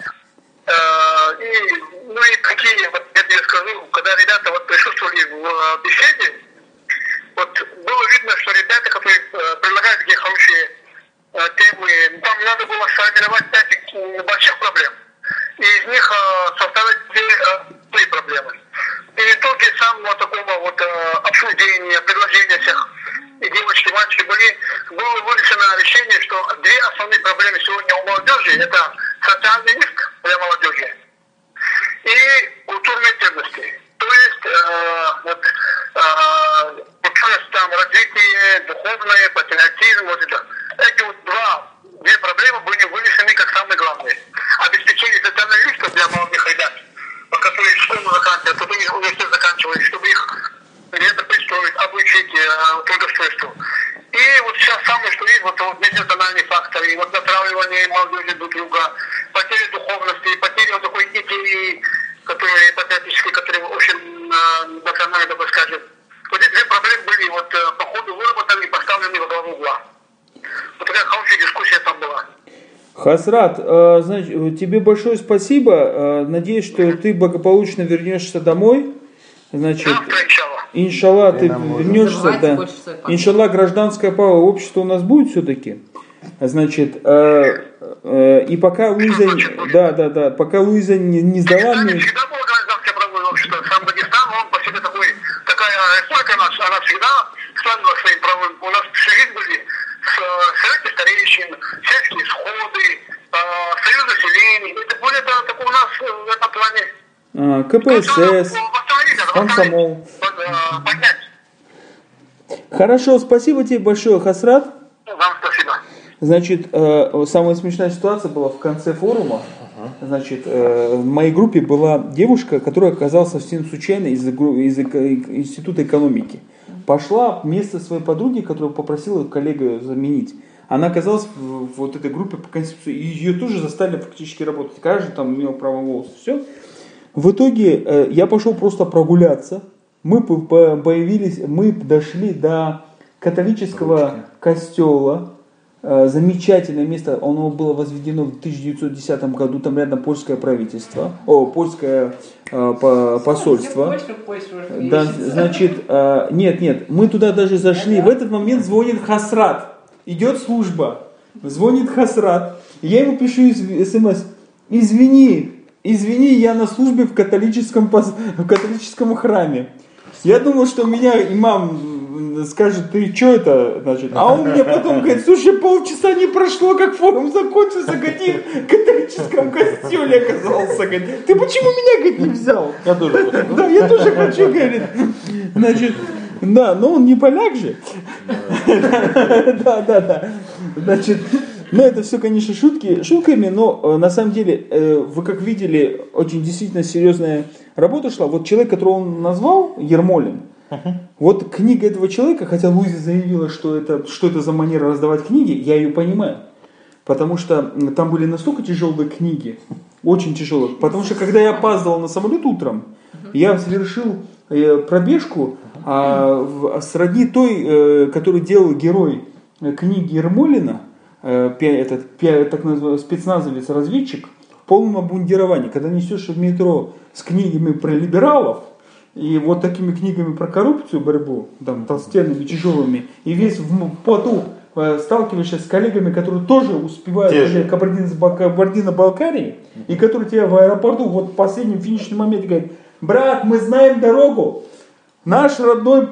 И какие, вот я тебе скажу, когда ребята вот присутствовали в беседе, вот было видно, что ребята, которые предлагают такие хорошие темы, там надо было сформировать 5 больших проблем. И из них составить 2 проблемы. И в итоге самого такого вот обсуждения, предложения всех и девочки, и мальчики было вынесено решение, что 2 основные проблемы сегодня у молодежи – это социальный риск для молодежи и культурные ценности. То есть там развитие духовное, патриотизм, вот это. Эти вот 2 проблемы были вынесены как самые главные. Обеспечение социального риска для молодых ребят, которые школу заканчивают, которые университет заканчивают, чтобы их где-то пристроить, обучить трудоустройству. И вот сейчас самое, что есть, вот межнациональные факторы, вот натравливание молодежи друг друга, потеря духовности, потеря вот такой идеи, которые патриотические, которые очень национально, так скажем. Вот эти 2 проблемы были вот по ходу выработаны и поставлены во главу угла. Вот такая хорошая дискуссия там была. Хасрат, значит, тебе большое спасибо. Надеюсь, что ты благополучно вернешься домой. Значит, иншалла, ты вернешься, да. Иншалла, гражданское право общество у нас будет все-таки. Значит, и пока Луиза, пока Луиза не сдала мне. Всегда было гражданское право общество. Сам Дагестан, он по себе такая республика наша, она всегда славила своим правом. У нас всю жизнь были советы старейшин, сельские сходы, союз населения. Это более такое у нас в этом плане. КПСС, комсомол. Хорошо, спасибо тебе большое, Хасрат. Вам спасибо. Значит, самая смешная ситуация была в конце форума. Значит, в моей группе была девушка, которая оказалась совсем случайно из Института экономики. Пошла вместо своей подруги, которую попросила коллега заменить. Она оказалась в вот этой группе по конституции, и ее тоже заставили фактически работать. Каждый там имел право голоса. Все. В итоге я пошел просто прогуляться. Мы дошли до католического костела. Замечательное место, оно было возведено в 1910 году, там рядом польское правительство, польское посольство. Да, значит, нет, мы туда даже зашли, в этот момент звонит Хасрат, идет служба, звонит Хасрат, я ему пишу смс, извини, я на службе в католическом храме. Я думал, что меня имам скажет, ты что это, значит? А он мне потом говорит, слушай, полчаса не прошло, как форум закончился, говорит, в католическом костеле оказался, говорит. Ты почему меня, говорит, не взял? Я тоже хочу. Да, я тоже хочу, говорит. Значит, да, но он не поляк же. Да. Значит, Ну, это все, конечно, шутками, но на самом деле, вы как видели, очень действительно серьезная работа шла. Вот человек, которого он назвал, Ермолин, вот книга этого человека, хотя Луиза заявила, что это за манера раздавать книги, я ее понимаю. Потому что там были настолько тяжелые книги, очень тяжелые. Потому что когда я опаздывал на самолет утром, я совершил пробежку сродни той, которую делал герой книги Ермолина, так называемый спецназовец-разведчик, в полном обмундировании. Когда несешь в метро с книгами про либералов, и вот такими книгами про коррупцию, борьбу, там, толстенными, тяжелыми, и весь в поту сталкиваешься с коллегами, которые тоже успевают Кабардино-Балкарии, и которые тебе в аэропорту вот в последнем финишном моменте говорят: брат, мы знаем дорогу, наш родной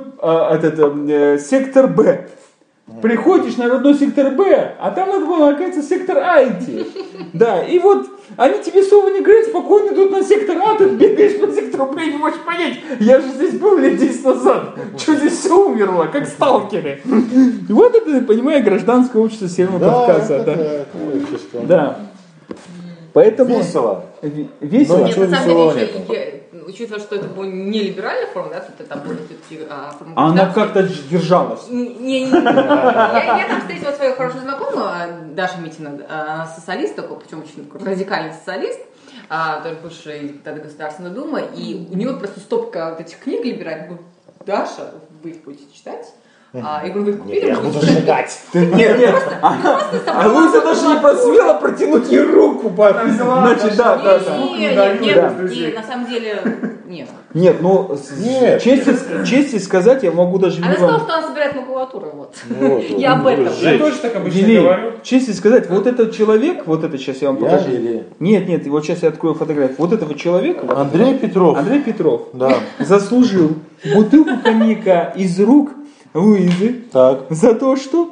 сектор Б. Приходишь на родной сектор Б, а там надо было, оказывается, сектор А идти. Да, и вот они тебе слова не говорят, спокойно идут на сектор А, ты бегаешь по сектору Б и не можешь понять. Я же здесь был лет 10 назад. Что здесь все умерло, как сталкеры. И вот это, понимаю, гражданское общество Северного Кавказа. Да. Поэтому... Весело. Весело. Нет, на самом деле, учитывая, что это был не либеральная форма, да, тут это была форма. Она как-то держалась. Я там встретила свою хорошую знакомую, Даша Митина, социалист такой, причем очень радикальный социалист, тоже бывший Государственной Думы, и у него просто стопка вот этих книг либеральных. Я говорю: Даша, вы их будете читать? Я говорю: вы их купили? Я буду сжигать. Нет, а Луиза даже не посмела протянуть ей руку. Значит, да. Нет, на самом деле, нет. Нет, ну, чести сказать, я могу даже... Она сказала, что она собирает макулатуру, вот. Я об этом. Я тоже так обычно говорю. Чести сказать, вот этот человек, вот это сейчас я вам покажу. Нет, вот сейчас я открою фотографию. Вот этого человека... Андрей Петров. Да. Заслужил бутылку коньяка из рук Луизы за то, что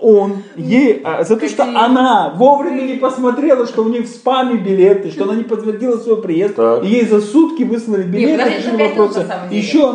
она вовремя не посмотрела, что у них в спаме билеты, что она не подтвердила свой приезд, и ей за сутки выслали билеты, решили вопросы. Еще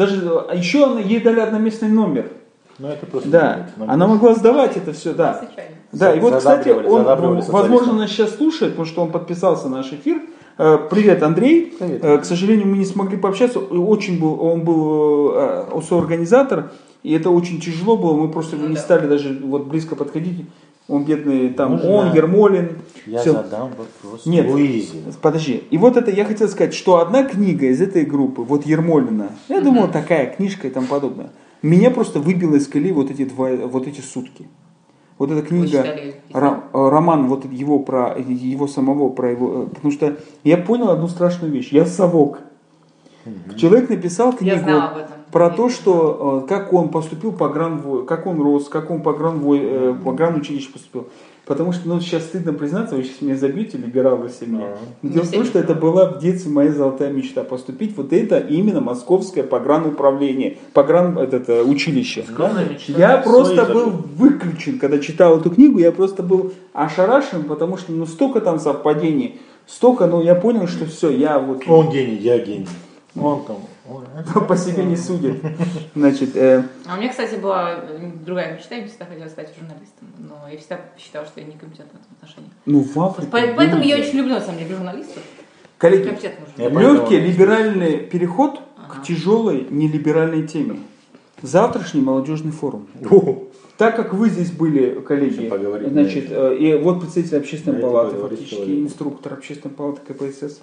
ей дали одноместный номер. Ну, это просто да, она могла сдавать это все, да. Да, и вот, кстати, он, возможно, нас сейчас слушает, потому что он подписался на наш эфир. Привет, Андрей. Привет. К сожалению, мы не смогли пообщаться. Он был соорганизатор, и это очень тяжело было. Мы просто не стали даже вот близко подходить. Он бедный, там, Ермолин. Я задам вопрос Луизе. Подожди. И вот это я хотел сказать, что одна книга из этой группы, вот Ермолина, я думал, такая книжка и тому подобное, меня просто выбило из колеи вот эти сутки. Вот эта книга, роман вот его самого, потому что я понял одну страшную вещь. Я совок. Человек написал книгу про то, что как он поступил как он рос, как он по гранучилище поступил. Потому что, сейчас стыдно признаться, вы сейчас меня забьете, либералы все меня. Дело в том, что это была в детстве моя золотая мечта, поступить вот это именно московское погрануправление, училище. Я просто был выключен, когда читал эту книгу, я просто был ошарашен, потому что столько там совпадений, я понял, что все, я вот... Он гений, я гений. Он по себе не судит. Значит, у меня, кстати, была другая мечта, я всегда хотела стать журналистом, но я всегда считала, что я некомпетентна в этом отношении. В Африке. Поэтому я очень люблю, на самом деле, журналистов. Коллеги, легкий либеральный переход к тяжелой нелиберальной теме. Завтрашний молодежный форум. Так как вы здесь были, коллеги, значит, и вот представитель общественной палаты, фактически инструктор общественной палаты КПСС,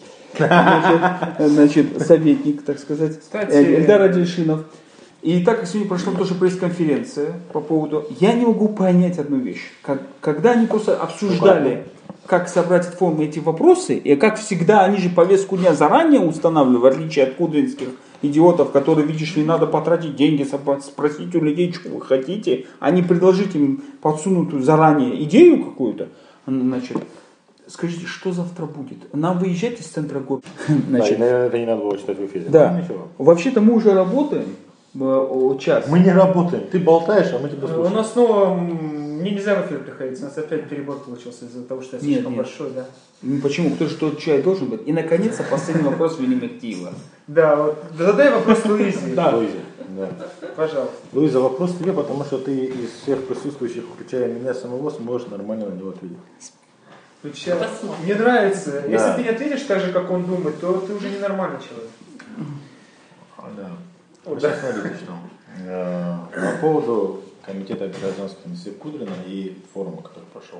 значит, советник, так сказать, Эльдар Адельшинов. И так как сегодня прошла тоже пресс-конференция по поводу... Я не могу понять одну вещь. Когда они просто обсуждали, как собрать в форме эти вопросы, и как всегда, они же повестку дня заранее устанавливали, в отличие от кудринских идиотов, которые, видишь ли, надо потратить деньги, спросить у людей, что вы хотите, а не предложить им подсунутую заранее идею какую-то. Значит, скажите, что завтра будет? Нам выезжать из центра города? Это не надо было читать в эфире. Да. Вообще-то мы уже работаем час. Мы не работаем. Ты болтаешь, а мы тебя слушаем. У нас снова нельзя в эфир приходить. У нас опять перебор получился из-за того, что я слишком большой, да? Почему? Кто же тот чай должен быть? И, наконец-то, последний вопрос Велимектива. Да, вот задай вопрос Луизе. Да, Луизе. Пожалуйста. Луиза, вопрос тебе, потому что ты из всех присутствующих, включая меня самого, сможешь нормально на него ответить. Мне нравится. Да. Если ты не ответишь так же, как он думает, то ты уже ненормальный человек. Да. Сейчас смотрите, что. По поводу комитета гражданских инициатив Кудрина и форума, который прошел.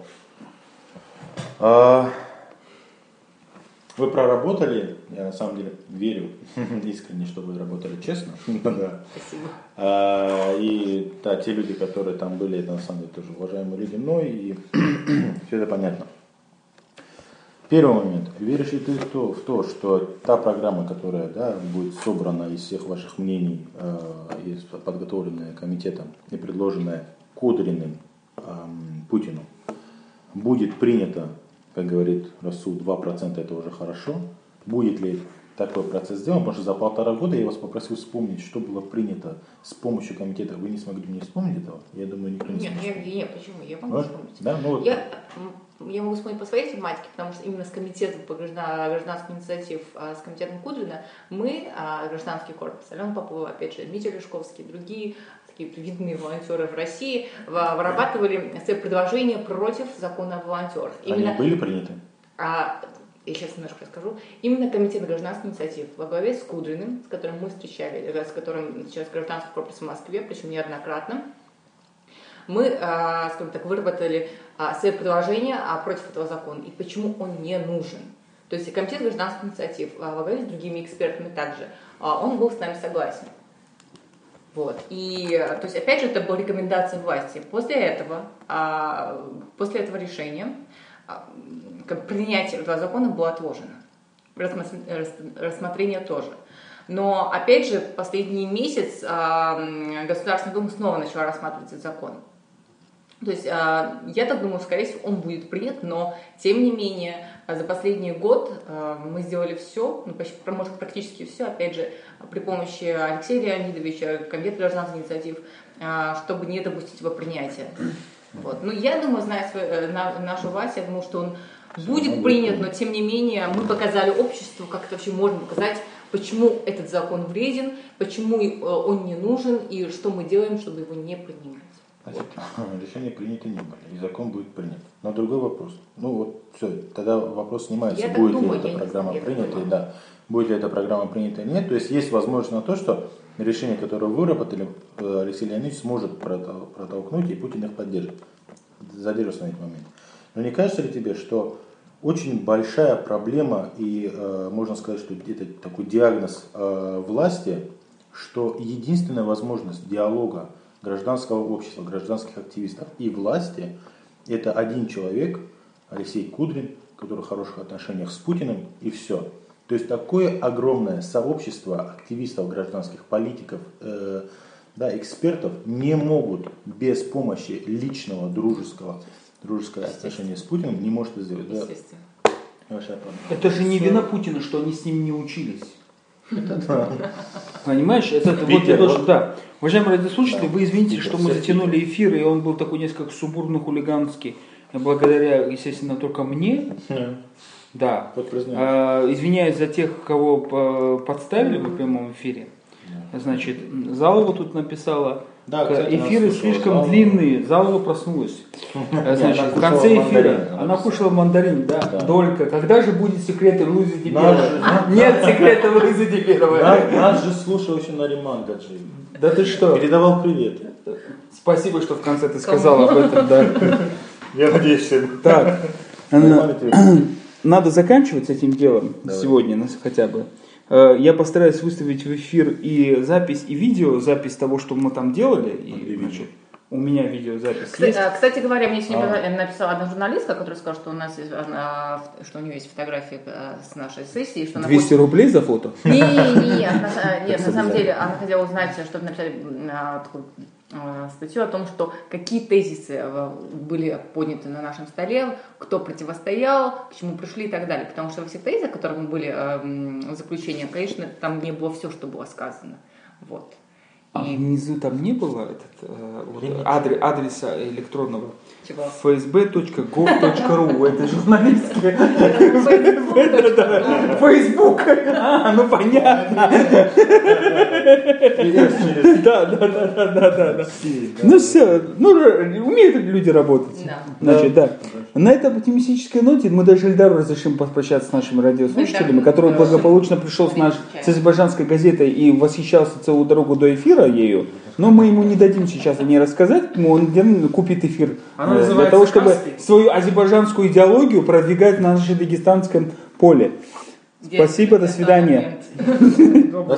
Вы проработали, я на самом деле верю искренне, что вы работали честно. Спасибо. И да, те люди, которые там были, это на самом деле тоже уважаемые люди мной, и все это понятно. Первый момент. Веришь ли ты в то, что та программа, которая будет собрана из всех ваших мнений, подготовленная комитетом и предложенная Кудриным Путину, будет принята, как говорит Расул, 2% это уже хорошо? Будет ли такой процесс сделан? Потому что за 1,5 года я вас попросил вспомнить, что было принято с помощью комитета. Вы не смогли мне вспомнить этого? Я думаю, никто не сможет. Нет, почему? Я могу вспомнить. Да? Ну, вот. Я могу вспомнить по своей тематике, потому что именно с комитетом по гражданским инициатив, с комитетом Кудрина, мы, гражданский корпус, Алена Попова, опять же, Дмитрий Лешковский, другие такие видные волонтеры в России, вырабатывали свои предложения против закона о волонтерах. Они были приняты? Я сейчас немножко расскажу. Именно комитет гражданских инициатив во главе с Кудриным, с которым мы встречались, с которым сейчас гражданский корпус в Москве, причем неоднократно, мы, скажем так, выработали свои предложения против этого закона и почему он не нужен. То есть комитет гражданских инициатив во главе с другими экспертами также, он был с нами согласен. Вот. И, то есть, опять же, это была рекомендация власти. После этого решения принятие этого закона было отложено. Рассмотрение тоже. Но, опять же, последний месяц Государственная Дума снова начала рассматривать этот закон. То есть, я так думаю, скорее всего, он будет принят, но, тем не менее, за последний год мы сделали все, практически все, опять же, при помощи Алексея Леонидовича, Комитета гражданских инициатив, чтобы не допустить его принятия. Вот. Ну, я думаю, зная нашу власть, я думаю, что он будет принят, но, тем не менее, мы показали обществу, как это вообще можно показать, почему этот закон вреден, почему он не нужен и что мы делаем, чтобы его не принимать. Значит, решения приняты не были, и закон будет принят. Но другой вопрос. Ну вот, все, тогда вопрос снимается, будет ли эта программа принята, и да, будет ли эта программа принята или нет. То есть есть возможность на то, что решение, которое выработали, Алексей Леонидович сможет протолкнуть, и Путин их поддержит. Задержусь на этот момент. Но не кажется ли тебе, что очень большая проблема, и можно сказать, что это такой диагноз власти, что единственная возможность диалога гражданского общества, гражданских активистов и власти – это один человек, Алексей Кудрин, который в хороших отношениях с Путиным, и все. То есть такое огромное сообщество активистов, гражданских политиков, экспертов не могут без помощи личного дружеского отношения с Путиным не может это сделать. Естественно. Да. Это же не вина Путина, что они с ним не учились. Понимаешь, вот я тоже, да. Уважаемые радиослушатели, вы извините, что мы затянули эфир, и он был такой несколько сумбурно-хулиганский, благодаря, естественно, только мне. Да. Извиняюсь за тех, кого подставили в прямом эфире. Значит, Залова тут написала, эфиры слишком длинные, Залова проснулась. Значит, в конце эфира она кушала мандарин, да, Долька. Когда же будет секреты Луизы Диберовой? Нет секрета Луизы Диберовой. Нас же слушал еще Нариман Гаджиев. Да ты что? Передавал привет. Спасибо, что в конце ты сказал об этом, да. Я надеюсь, всем. Так, надо заканчивать с этим делом сегодня хотя бы. Я постараюсь выставить в эфир и запись, и видеозапись того, что мы там делали. И, значит, у меня видеозапись есть. Кстати говоря, мне сегодня написала одна журналистка, которая сказала, что что у нее есть фотографии с нашей сессии. Что 200 рублей за фото? Нет, на самом деле она хотела узнать, чтобы написать такую статью о том, что какие тезисы были подняты на нашем столе, кто противостоял, к чему пришли и так далее. Потому что во всех тезисах, которые были в заключении, конечно, там не было все, что было сказано. Вот. А внизу там не было адреса электронного? fsb.gov.ru. Это журналистский. Facebook. Ну понятно. Да. Ну все, умеют люди работать. Значит, да. На этой оптимистической ноте мы даже Эльдару разрешим попрощаться с нашими радиослушателями, который благополучно пришел с азербайджанской газетой и восхищался целую дорогу до эфира ею. Но мы ему не дадим сейчас о ней рассказать, он купит эфир для того, чтобы свою азербайджанскую идеологию продвигать на нашем дагестанском поле. Спасибо, до свидания.